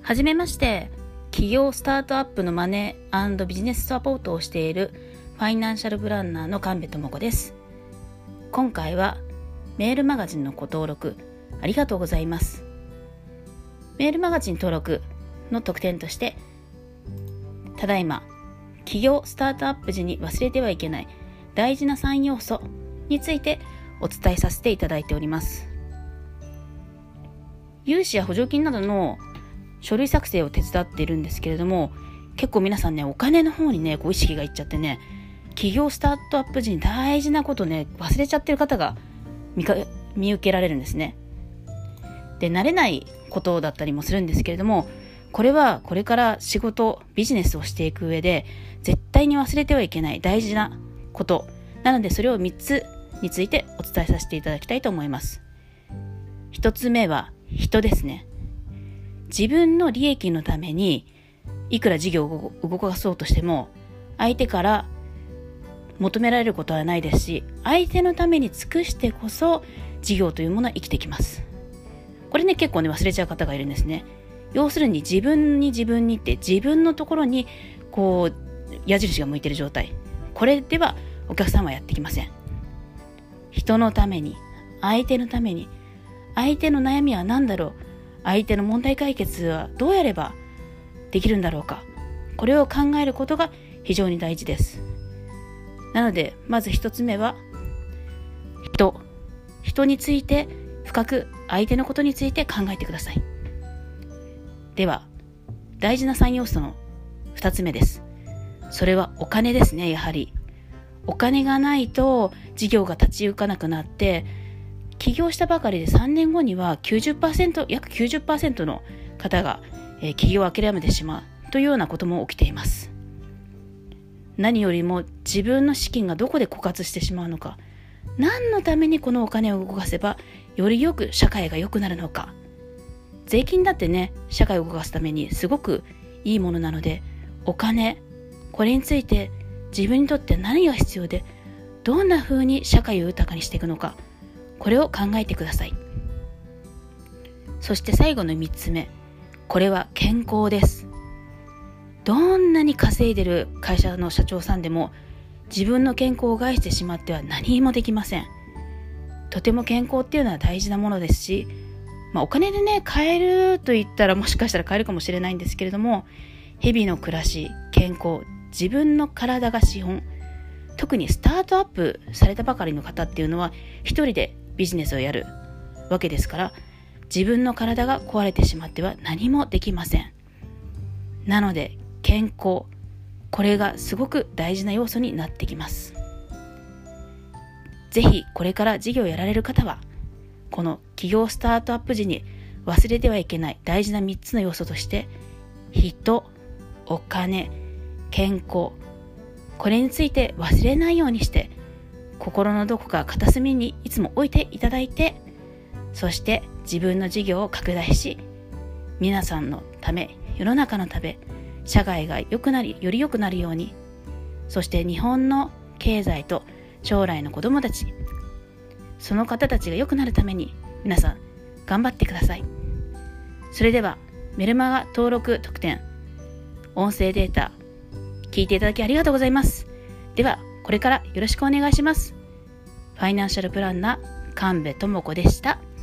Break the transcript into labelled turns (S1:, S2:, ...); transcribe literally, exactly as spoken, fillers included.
S1: はじめまして、企業スタートアップのマネー&ビジネスサポートをしているファイナンシャルプランナーの神戸智子です。今回はメールマガジンのご登録ありがとうございます。メールマガジン登録の特典として、ただいま企業スタートアップ時に忘れてはいけない大事なさん要素についてお伝えさせていただいております。融資や補助金などの書類作成を手伝っているんですけれども、結構皆さんね、お金の方にね、こう意識がいっちゃってね、企業スタートアップ時に大事なことね、忘れちゃってる方が見か見受けられるんですね。で、慣れないことだったりもするんですけれども、これはこれから仕事、ビジネスをしていく上で絶対に忘れてはいけない大事なことなので、それをみっつについてお伝えさせていただきたいと思います。ひとつめは人ですね。自分の利益のためにいくら事業を動かそうとしても、相手から求められることはないですし、相手のために尽くしてこそ事業というものは生きてきます。これね、結構ね忘れちゃう方がいるんですね。要するに自分に自分にって自分のところにこう矢印が向いている状態、これではお客さんはやってきません。人のために、相手のために、相手の悩みは何だろう、相手の問題解決はどうやればできるんだろうか、これを考えることが非常に大事です。なのでまず一つ目は人人について深く、相手のことについて考えてください。では大事なさん要素の二つ目です。それはお金ですね。やはりお金がないと事業が立ち行かなくなって、起業したばかりでさんねんごには きゅうじゅっパーセント 約 きゅうじゅっパーセント の方が、えー、起業を諦めてしまうというようなことも起きています。何よりも自分の資金がどこで枯渇してしまうのか、何のためにこのお金を動かせばよりよく社会が良くなるのか。税金だってね、社会を動かすためにすごくいいものなので、お金、これについて自分にとって何が必要で、どんな風に社会を豊かにしていくのか、これを考えてください。そして最後のみっつめ、これは健康です。どんなに稼いでる会社の社長さんでも、自分の健康を害してしまっては何もできません。とても健康っていうのは大事なものですし、まあ、お金でね買えると言ったらもしかしたら買えるかもしれないんですけれども、日々の暮らし、健康、自分の体が資本。特にスタートアップされたばかりの方っていうのは一人でビジネスをやるわけですから、自分の体が壊れてしまっては何もできません。なので健康、これがすごく大事な要素になってきます。ぜひこれから事業をやられる方は、この企業スタートアップ時に忘れてはいけない大事なみっつの要素として、人、お金、健康、これについて忘れないようにして、心のどこか片隅にいつも置いていただいて、そして自分の事業を拡大し、皆さんのため、世の中のため、社会が良くなり、より良くなるように、そして日本の経済と将来の子どもたち、その方たちが良くなるために皆さん頑張ってください。それではメルマガ登録特典、音声データ聞いていただきありがとうございます。ではこれからよろしくお願いします。ファイナンシャルプランナー神戸智子でした。